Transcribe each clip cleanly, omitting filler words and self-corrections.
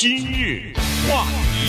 今日话题，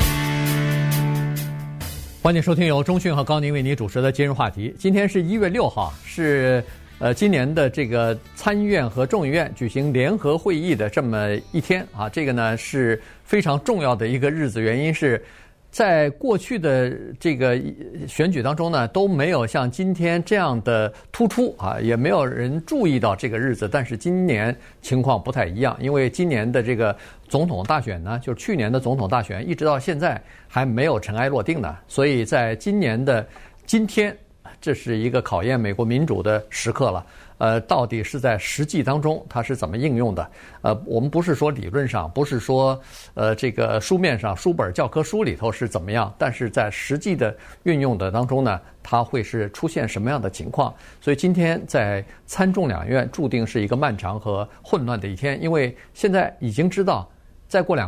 欢迎收听由钟讯和高宁为你主持的今日话题。今天是1月6号，是今年的这个参议院和众议院举行联合会议的这么一天啊。这个呢是非常重要的一个日子，原因是在过去的这个选举当中呢，都没有像今天这样的突出啊，也没有人注意到这个日子。但是今年情况不太一样，因为今年的这个总统大选呢，就是去年的总统大选，一直到现在还没有尘埃落定呢。所以在今年的今天，这是一个考验美国民主的时刻了。到底是在实际当中它是怎么应用的？我们不是说理论上，不是说这个书面上书本教科书里头是怎么样，但是在实际的运用的当中呢，它会是出现什么样的情况？所以今天在参众两院注定是一个漫长和混乱的一天，因为现在已经知道，再过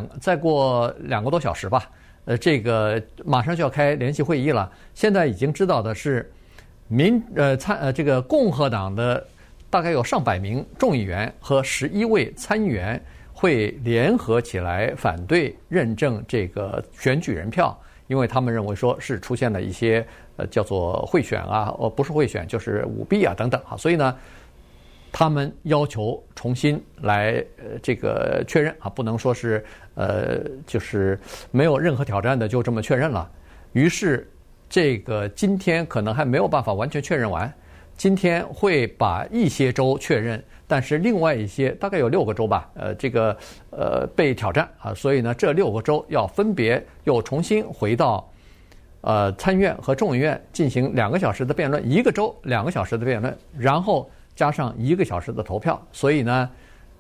2个多小时吧，这个马上就要开联席会议了。现在已经知道的是，这个共和党的大概有上百名众议员和11位参议员会联合起来反对认证这个选举人票，因为他们认为说是出现了一些叫做贿选啊，不是贿选就是舞弊啊等等啊，所以呢，他们要求重新来这个确认啊，不能说是就是没有任何挑战的就这么确认了。于是这个今天可能还没有办法完全确认完。今天会把一些州确认，但是另外一些大概有6个州吧，被挑战啊，所以呢，这6个州要分别又重新回到参议院和众议院进行2个小时的辩论，一个州2个小时的辩论，然后加上1个小时的投票，所以呢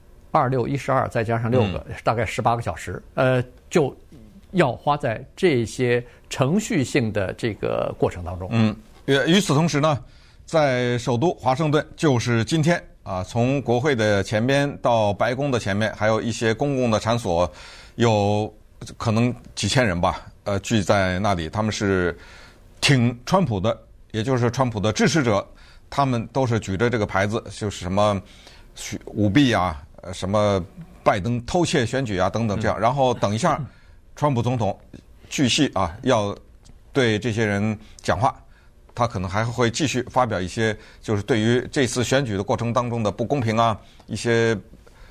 ，26、12再加上6个，大概18个小时，就要花在这些程序性的这个过程当中。 与此同时呢，在首都华盛顿，就是今天啊，从国会的前边到白宫的前面，还有一些公共的场所，有可能几千人吧，聚在那里。他们是挺川普的，也就是川普的支持者，他们都是举着这个牌子，就是什么舞弊啊，什么拜登偷窃选举啊等等这样。然后等一下，川普总统据悉啊，要对这些人讲话。他可能还会继续发表一些，就是对于这次选举的过程当中的不公平啊，一些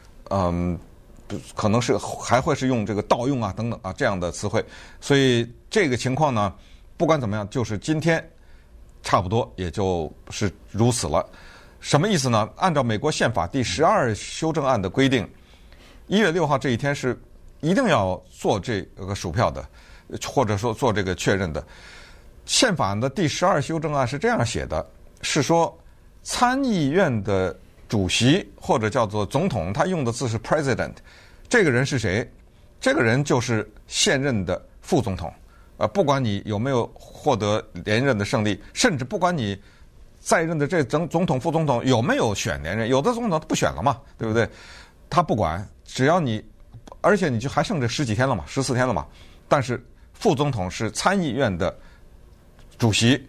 可能是还会是用这个盗用啊等等啊这样的词汇。所以这个情况呢，不管怎么样，就是今天差不多也就是如此了。什么意思呢？按照美国宪法第12修正案的规定，1月6号这一天是一定要做这个数票的，或者说做这个确认的。宪法的第12修正案是这样写的，是说参议院的主席或者叫做总统，他用的字是 president， 这个人是谁？这个人就是现任的副总统。不管你有没有获得连任的胜利，甚至不管你在任的这总统、副总统有没有选连任，有的总统不选了嘛，对不对？他不管，只要你，而且你就还剩这10几天了嘛，14天了嘛。但是副总统是参议院的主席，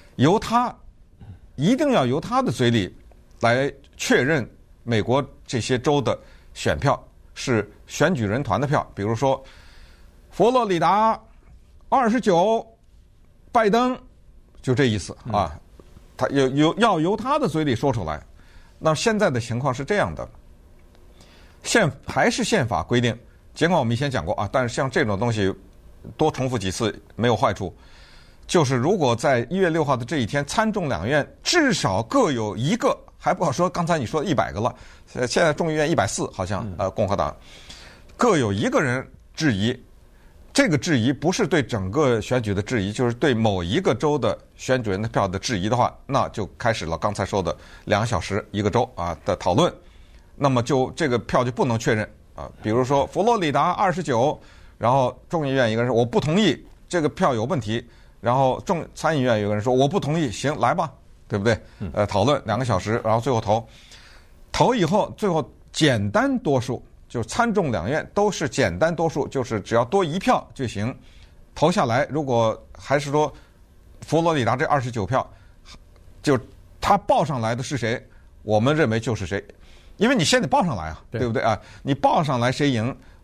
一定要由他的嘴里来确认美国这些州的选票是选举人团的票。比如说佛罗里达29，拜登，就这意思啊。他要由他的嘴里说出来。那现在的情况是这样的，还是宪法规定，尽管我们以前讲过啊，但是像这种东西多重复几次没有坏处。就是如果在1月6号的这一天，参众两院至少各有一个，还不好说，刚才你说100个了，现在众议院140好像，共和党各有一个人质疑，这个质疑不是对整个选举的质疑，就是对某一个州的选举人的票的质疑的话，那就开始了刚才说的2个小时一个州啊的讨论，那么就这个票就不能确认啊。比如说佛罗里达29，然后众议院一个人说我不同意，这个票有问题。然后参议院有个人说我不同意，行，来吧，对不对？讨论2个小时，然后最后投以后，最后简单多数，就是参众两院都是简单多数，就是只要多1票就行。投下来，如果还是说佛罗里达这29票，就他报上来的是谁，我们认为就是谁，因为你先得报上来啊，对不对啊？你报上来谁赢，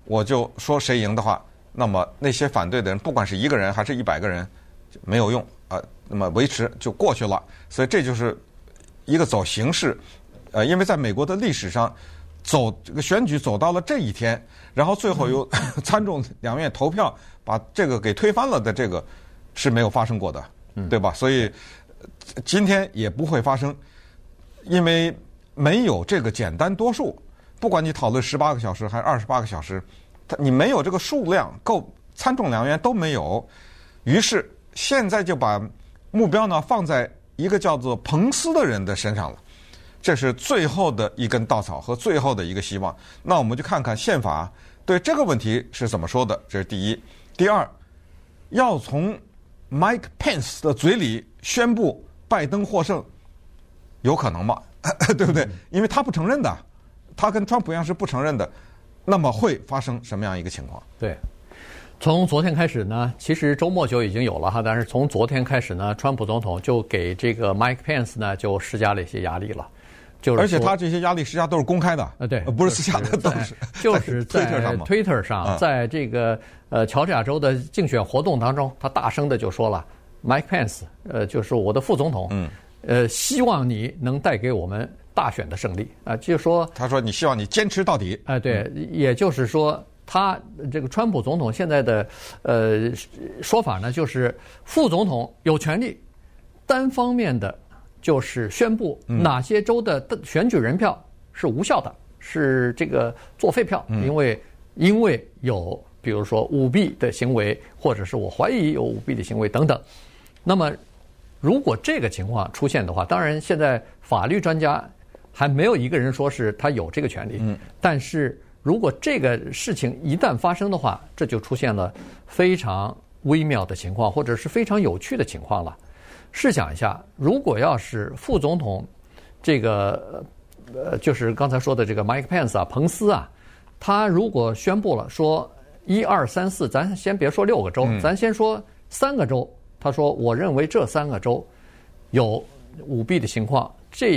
我就说谁赢的话，那么那些反对的人，不管是1个人还是100个人，没有用啊。那么维持就过去了。所以这就是一个走形式，因为在美国的历史上，这个选举走到了这一天，然后最后由参众两院投票把这个给推翻了的，这个是没有发生过的，对吧？所以今天也不会发生，因为没有这个简单多数。不管你讨论18个小时还是28个小时，你没有这个数量够，参众两院都没有。于是现在就把目标呢放在一个叫做彭斯的人的身上了，这是最后的一根稻草和最后的一个希望。那我们就看看宪法对这个问题是怎么说的，这是第一。第二，要从 Mike Pence 的嘴里宣布拜登获胜，有可能吗？对不对？因为他不承认的，他跟川普一样是不承认的。那么会发生什么样一个情况？ 对，从昨天开始呢，其实周末就已经有了哈，但是从昨天开始呢，川普总统就给这个 Mike Pence 呢就施加了一些压力了。 而且他这些压力实际上都是公开的， 对， 不是私下的，都是就是在 Twitter 上，在这个乔治亚州的竞选活动当中，他大声的就说了 ，Mike Pence，就是我的副总统，希望你能带给我们大选的胜利啊，就说他说你希望你坚持到底， 对，也就是说他这个川普总统现在的说法呢，就是副总统有权利单方面的。就是宣布哪些州的选举人票是无效的，是这个作废票，因为有比如说舞弊的行为，或者是我怀疑有舞弊的行为等等。那么，如果这个情况出现的话，当然现在法律专家还没有一个人说是他有这个权利，但是如果这个事情一旦发生的话，这就出现了非常微妙的情况，或者是非常有趣的情况了。试想一下，如果要是副总统，这个就是刚才说的这个 Mike Pence 啊，彭斯啊，他如果宣布了说1、2、3、4，咱先别说6个州，咱先说3个州，他说我认为这3个州有舞弊的情况，这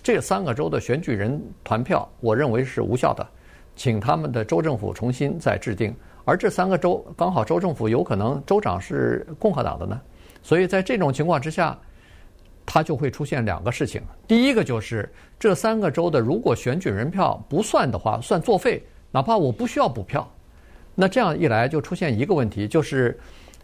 3个州的选举人团票，我认为是无效的，请他们的州政府重新再制定。而这3个州刚好州政府有可能州长是共和党的呢。所以在这种情况之下，它就会出现2个事情。第一个就是这3个州的如果选举人票不算的话，算作废，哪怕我不需要补票，那这样一来就出现一个问题，就是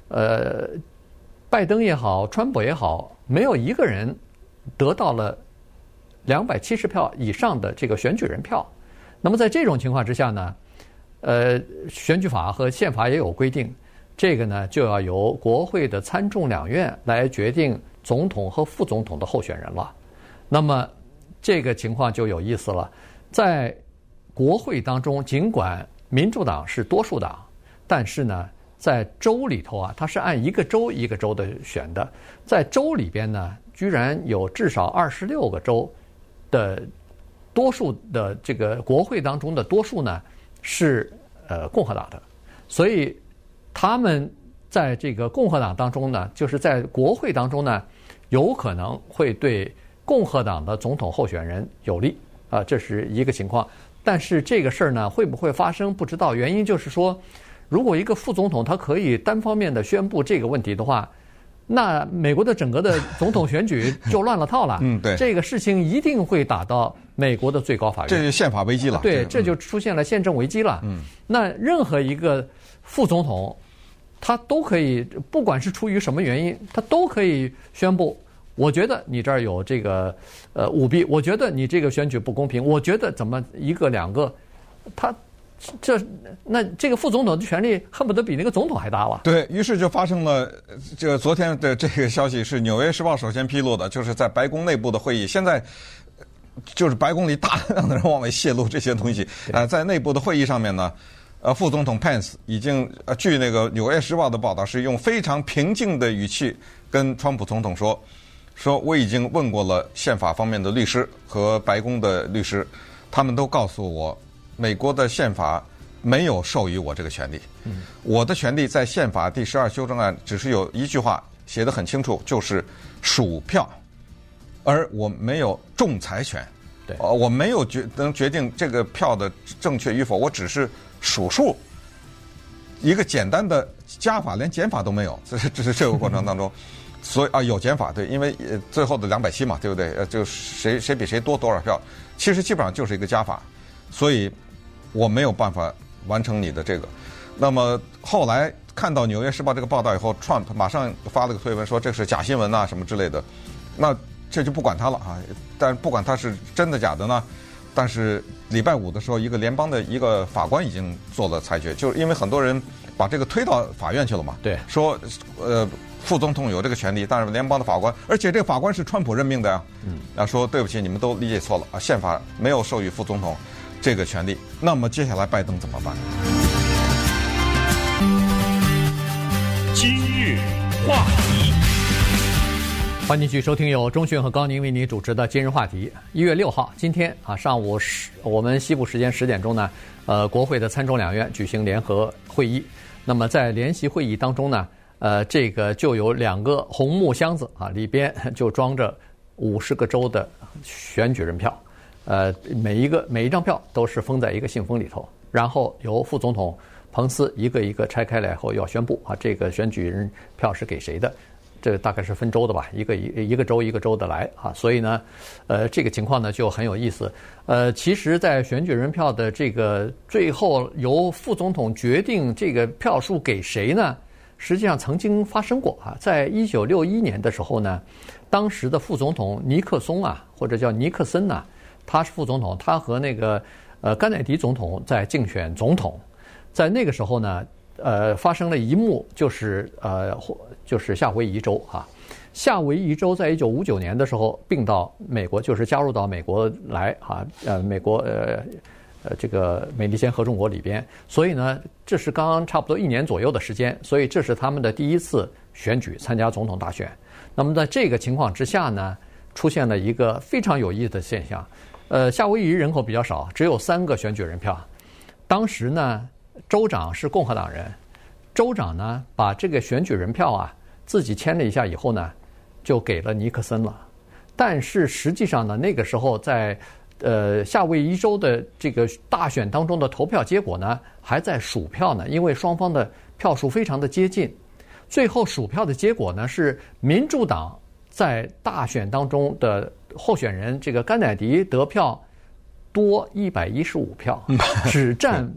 拜登也好，川普也好，没有一个人得到了270票以上的这个选举人票。那么在这种情况之下呢，选举法和宪法也有规定。这个呢，就要由国会的参众两院来决定总统和副总统的候选人了。那么这个情况就有意思了。在国会当中，尽管民主党是多数党，但是呢，在州里头啊，它是按一个州一个州的选的。在州里边呢，居然有至少26个州的多数的这个国会当中的多数呢是共和党的，所以。他们在这个共和党当中呢，就是在国会当中呢，有可能会对共和党的总统候选人有利啊，这是一个情况。但是这个事儿呢，会不会发生不知道。原因就是说，如果一个副总统他可以单方面的宣布这个问题的话，那美国的整个的总统选举就乱了套了。 对， 这个事情一定会打到美国的最高法院， 这就宪法危机了。 对，这就出现了宪政危机了。那任何一个副总统。他都可以，不管是出于什么原因，他都可以宣布，我觉得你这儿有这个舞弊，我觉得你这个选举不公平，我觉得怎么1个2个，那这个副总统的权力恨不得比那个总统还大了。 对，于是就发生了，这昨天的这个消息是《纽约时报》首先披露的，就是在白宫内部的会议，现在就是白宫里大量的人往外泄露这些东西，在内部的会议上面呢。副总统 Pence 已经据那个《纽约时报》的报道，是用非常平静的语气跟川普总统说我已经问过了宪法方面的律师和白宫的律师，他们都告诉我，美国的宪法没有授予我这个权利。我的权利在宪法第12修正案只是有一句话写得很清楚，就是数票，而我没有仲裁权。 对， 我没有能决定这个票的正确与否，我只是数数一个简单的加法，连减法都没有。这是这个过程当中，所以有减法，对，因为最后的270嘛，对不对？就谁比谁多少票，其实基本上就是一个加法，所以我没有办法完成你的这个。那么后来看到《纽约时报》这个报道以后，Trump 马上发了个推文说这是假新闻啊什么之类的，那这就不管他了啊。但不管他是真的假的呢，但是礼拜五的时候，一个联邦的一个法官已经做了裁决，就是因为很多人把这个推到法院去了嘛， 对， 说副总统有这个权利，但是联邦的法官，而且这个法官是川普任命的呀，说对不起，你们都理解错了啊，宪法没有授予副总统这个权利。那么接下来拜登怎么办？ 今日话题， 欢迎继续收听由钟迅和高宁为你主持的今日话题。1月6号，今天啊上午我们西部时间10点钟呢，国会的参众两院举行联合会议。那么在联席会议当中呢，这个就有2个红木箱子啊，里边就装着50个州的选举人票，每一张票都是封在一个信封里头，然后由副总统彭斯一个一个拆开来后要宣布啊，这个选举人票是给谁的。这个大概是分州的吧，一个州一个州的来啊，所以呢，这个情况呢就很有意思。其实，在选举人票的这个最后由副总统决定这个票数给谁呢，实际上曾经发生过啊。在1961年的时候呢，当时的副总统尼克松啊，或者叫尼克森呐，他是副总统，他和那个甘乃迪总统在竞选总统，在那个时候呢。发生了一幕，就是夏威夷州啊。夏威夷州在1959年的时候并到美国，就是加入到美国来啊。美国这个美利坚合众国里边，所以呢，这是刚刚差不多1年左右的时间，所以这是他们的第一次选举，参加总统大选。那么在这个情况之下呢，出现了一个非常有意思的现象。夏威夷人口比较少，只有3个选举人票。当时呢。州长是共和党人，州长呢把这个选举人票啊自己签了一下以后呢，就给了尼克森了。但是实际上呢，那个时候在夏威夷州的这个大选当中的投票结果呢，还在数票呢，因为双方的票数非常的接近。最后数票的结果呢是民主党在大选当中的候选人这个甘乃迪得票。多115票，只占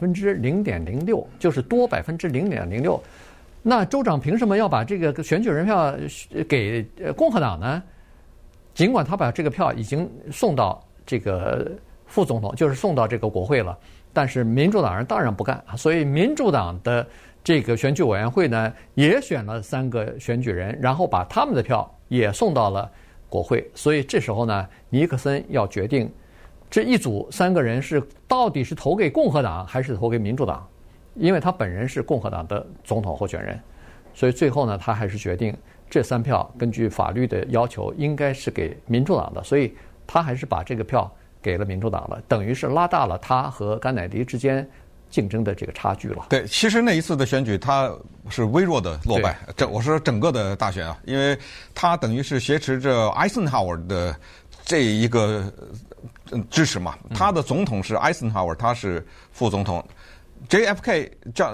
0.06%，就是多0.06%。那州长凭什么要把这个选举人票给共和党呢？尽管他把这个票已经送到这个副总统，就是送到这个国会了，但是民主党人当然不干，所以民主党的这个选举委员会呢，也选了3个选举人，然后把他们的票也送到了国会。所以这时候呢，尼克森要决定。这一组3个人到底是投给共和党还是投给民主党？因为他本人是共和党的总统候选人，所以最后呢，他还是决定这3票根据法律的要求应该是给民主党的，所以他还是把这个票给了民主党了，等于是拉大了他和甘乃迪之间竞争的这个差距了。 对，其实那一次的选举他是微弱的落败，我说整个的大选啊，因为他等于是挟持着艾森豪威尔的这一个。支持嘛，他的总统是艾森豪威尔，他是副总统。JFK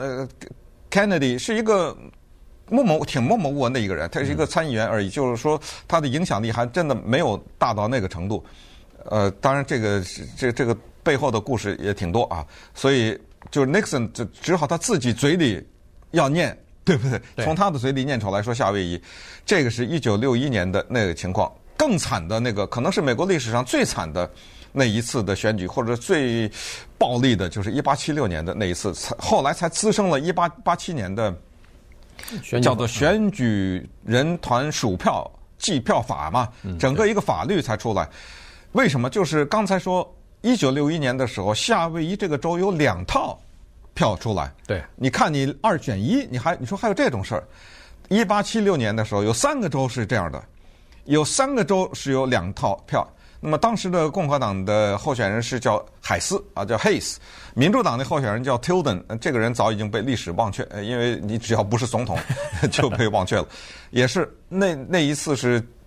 Kennedy 是一个挺默默无闻的一个人，他是一个参议员而已，就是说他的影响力还真的没有大到那个程度。当然这个背后的故事也挺多啊，所以就是 Nixon 就只好他自己嘴里要念，对不对？从他的嘴里念出来说夏威夷，这个是1961年的那个情况。更惨的那个，可能是美国历史上最惨的那一次的选举，或者最暴力的，就是1876年的那一次，后来才滋生了1887年的叫做选举人团数票计票法嘛，整个一个法律才出来。为什么？就是刚才说1961年的时候，夏威夷这个州有2套票出来。 对， 你看你2选1，你说还有这种事儿？1876年的时候有3个州是这样的。有3个州是有2套票，那么当时的共和党的候选人是叫海斯啊，叫 Hayes， 民主党的候选人叫 Tilden， 这个人早已经被历史忘却，因为你只要不是总统就被忘却了。也是那一次是大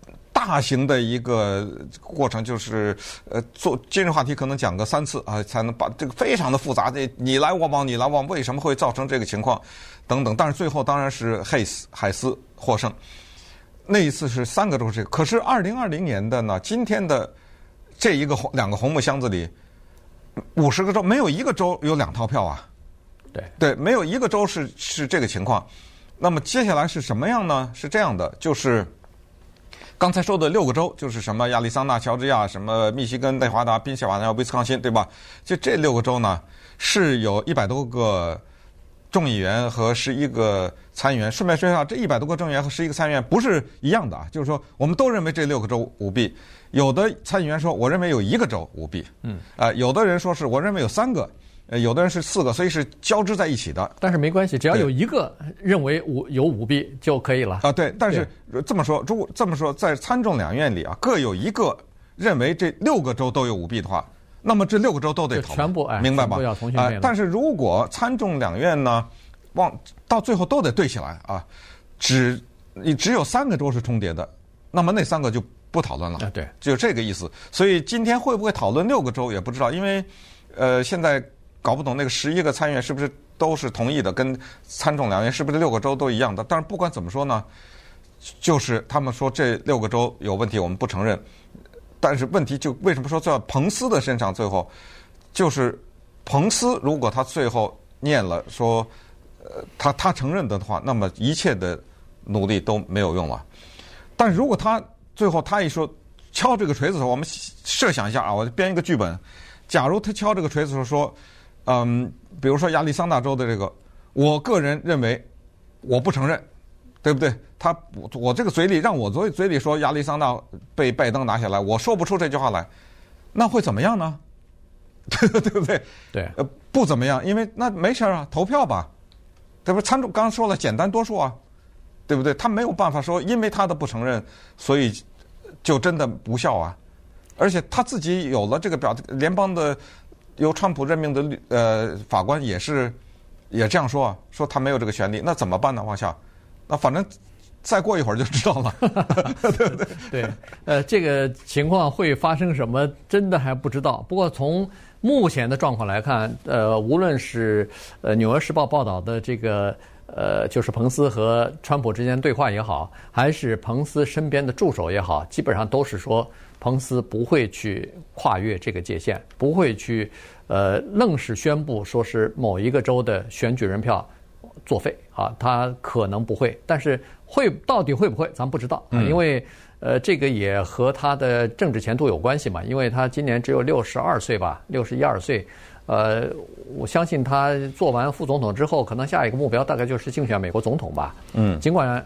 大型的一个过程，就是做今日话题可能讲个3次啊，才能把这个非常的复杂的你来我往，你来我往，为什么会造成这个情况等等。但是最后当然是海斯获胜。那一次是3个州这个，可是2020年的呢，今天的这2个红木箱子里，50个州没有一个州有2套票啊。对，没有一个州是这个情况。那么接下来是什么样呢？是这样的，就是刚才说的6个州，就是什么亚利桑那、乔治亚、什么密西根、内华达、宾夕法尼亚、威斯康辛，对吧？就这6个州呢，是有100多个众议员和11个参议员。顺便说一下，这100多个众议员和11个参议员不是一样的啊，就是说我们都认为这6个州舞弊。有的参议员说，我认为有1个州舞弊。有的人说是我认为有3个，有的人是4个，所以是交织在一起的。 但是没关系，只要有一个认为有舞弊就可以了啊。对，但是这么说，如果这么说，在参众两院里啊，各有一个认为这6个州都有舞弊的话，那么这6个州都得讨论， 全部明白吧？ 要重新辩论。 但是如果参众两院呢，到最后都得对起来啊，只有3个州是重叠的，那么那3个就不讨论了。 对， 就这个意思。所以今天会不会讨论6个州也不知道，因为现在搞不懂那个11个参议员是不是都是同意的，跟参众两院是不是6个州都一样的。但是不管怎么说呢，就是他们说这6个州有问题，我们不承认。但是问题就为什么说在彭斯的身上，最后就是彭斯如果他最后念了说他承认的话，那么一切的努力都没有用了。但如果他最后他一说敲这个锤子的时候，我们设想一下啊，我编一个剧本，假如他敲这个锤子的时候说，比如说亚利桑那州的这个，我个人认为我不承认，对不对？我这个嘴里让我嘴里说亚利桑那被拜登拿下来，我说不出这句话来，那会怎么样呢？对不对？ 对， 不怎么样，因为那没事啊，投票吧，对不对？参众刚刚说了简单多数啊，对不对？他没有办法说因为他的不承认，所以就真的无效啊。而且他自己有了这个联邦的由川普任命的法官也这样说啊，说他没有这个权利，那怎么办呢？往下，那反正再过一会儿就知道了，对不对？ 对，这个情况会发生什么，真的还不知道。不过从目前的状况来看，无论是《纽约时报》报道的这个就是彭斯和川普之间对话也好，还是彭斯身边的助手也好，基本上都是说彭斯不会去跨越这个界限，不会去愣是宣布说是某一个州的选举人票作废啊，他可能不会，但是到底会不会咱不知道啊，因为这个也和他的政治前途有关系嘛，因为他今年只有62岁吧，61、2岁。我相信他做完副总统之后，可能下一个目标大概就是竞选美国总统吧。尽管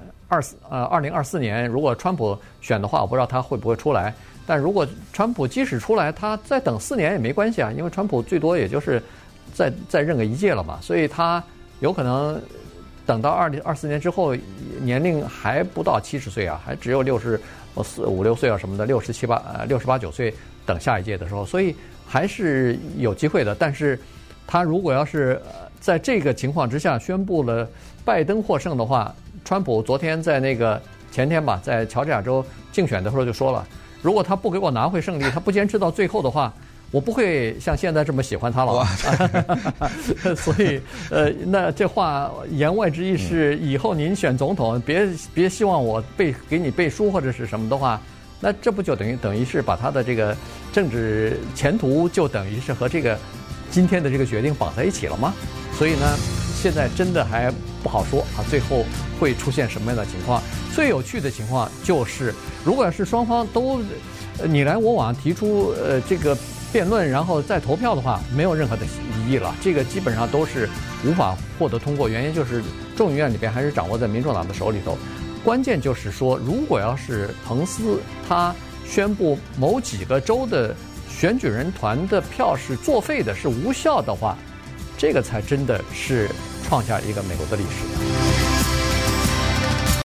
2024年如果川普选的话，我不知道他会不会出来。但如果川普即使出来，他再等4年也没关系啊，因为川普最多也就是再任个1届了嘛，所以他有可能等到2024年之后，年龄还不到70岁啊，还只有65、6岁啊什么的，67、8、9岁等下一届的时候，所以还是有机会的。但是他如果要是在这个情况之下宣布了拜登获胜的话，川普昨天在那个前天吧，在乔治亚州竞选的时候就说了，如果他不给我拿回胜利，他不坚持到最后的话，我不会像现在这么喜欢他了。所以那这话言外之意是，以后您选总统，别希望我给你背书或者是什么的话，那这不就等于是把他的这个政治前途就等于是和这个今天的这个决定绑在一起了吗？所以呢，现在真的还不好说啊，最后会出现什么样的情况？最有趣的情况就是，如果是双方都你来我往提出这个辩论，然后再投票的话，没有任何的疑义了。这个基本上都是无法获得通过，原因就是众议院里边还是掌握在民主党的手里头。关键就是说，如果要是彭斯他宣布某几个州的选举人团的票是作废的，是无效的话，这个才真的是创下一个美国的历史。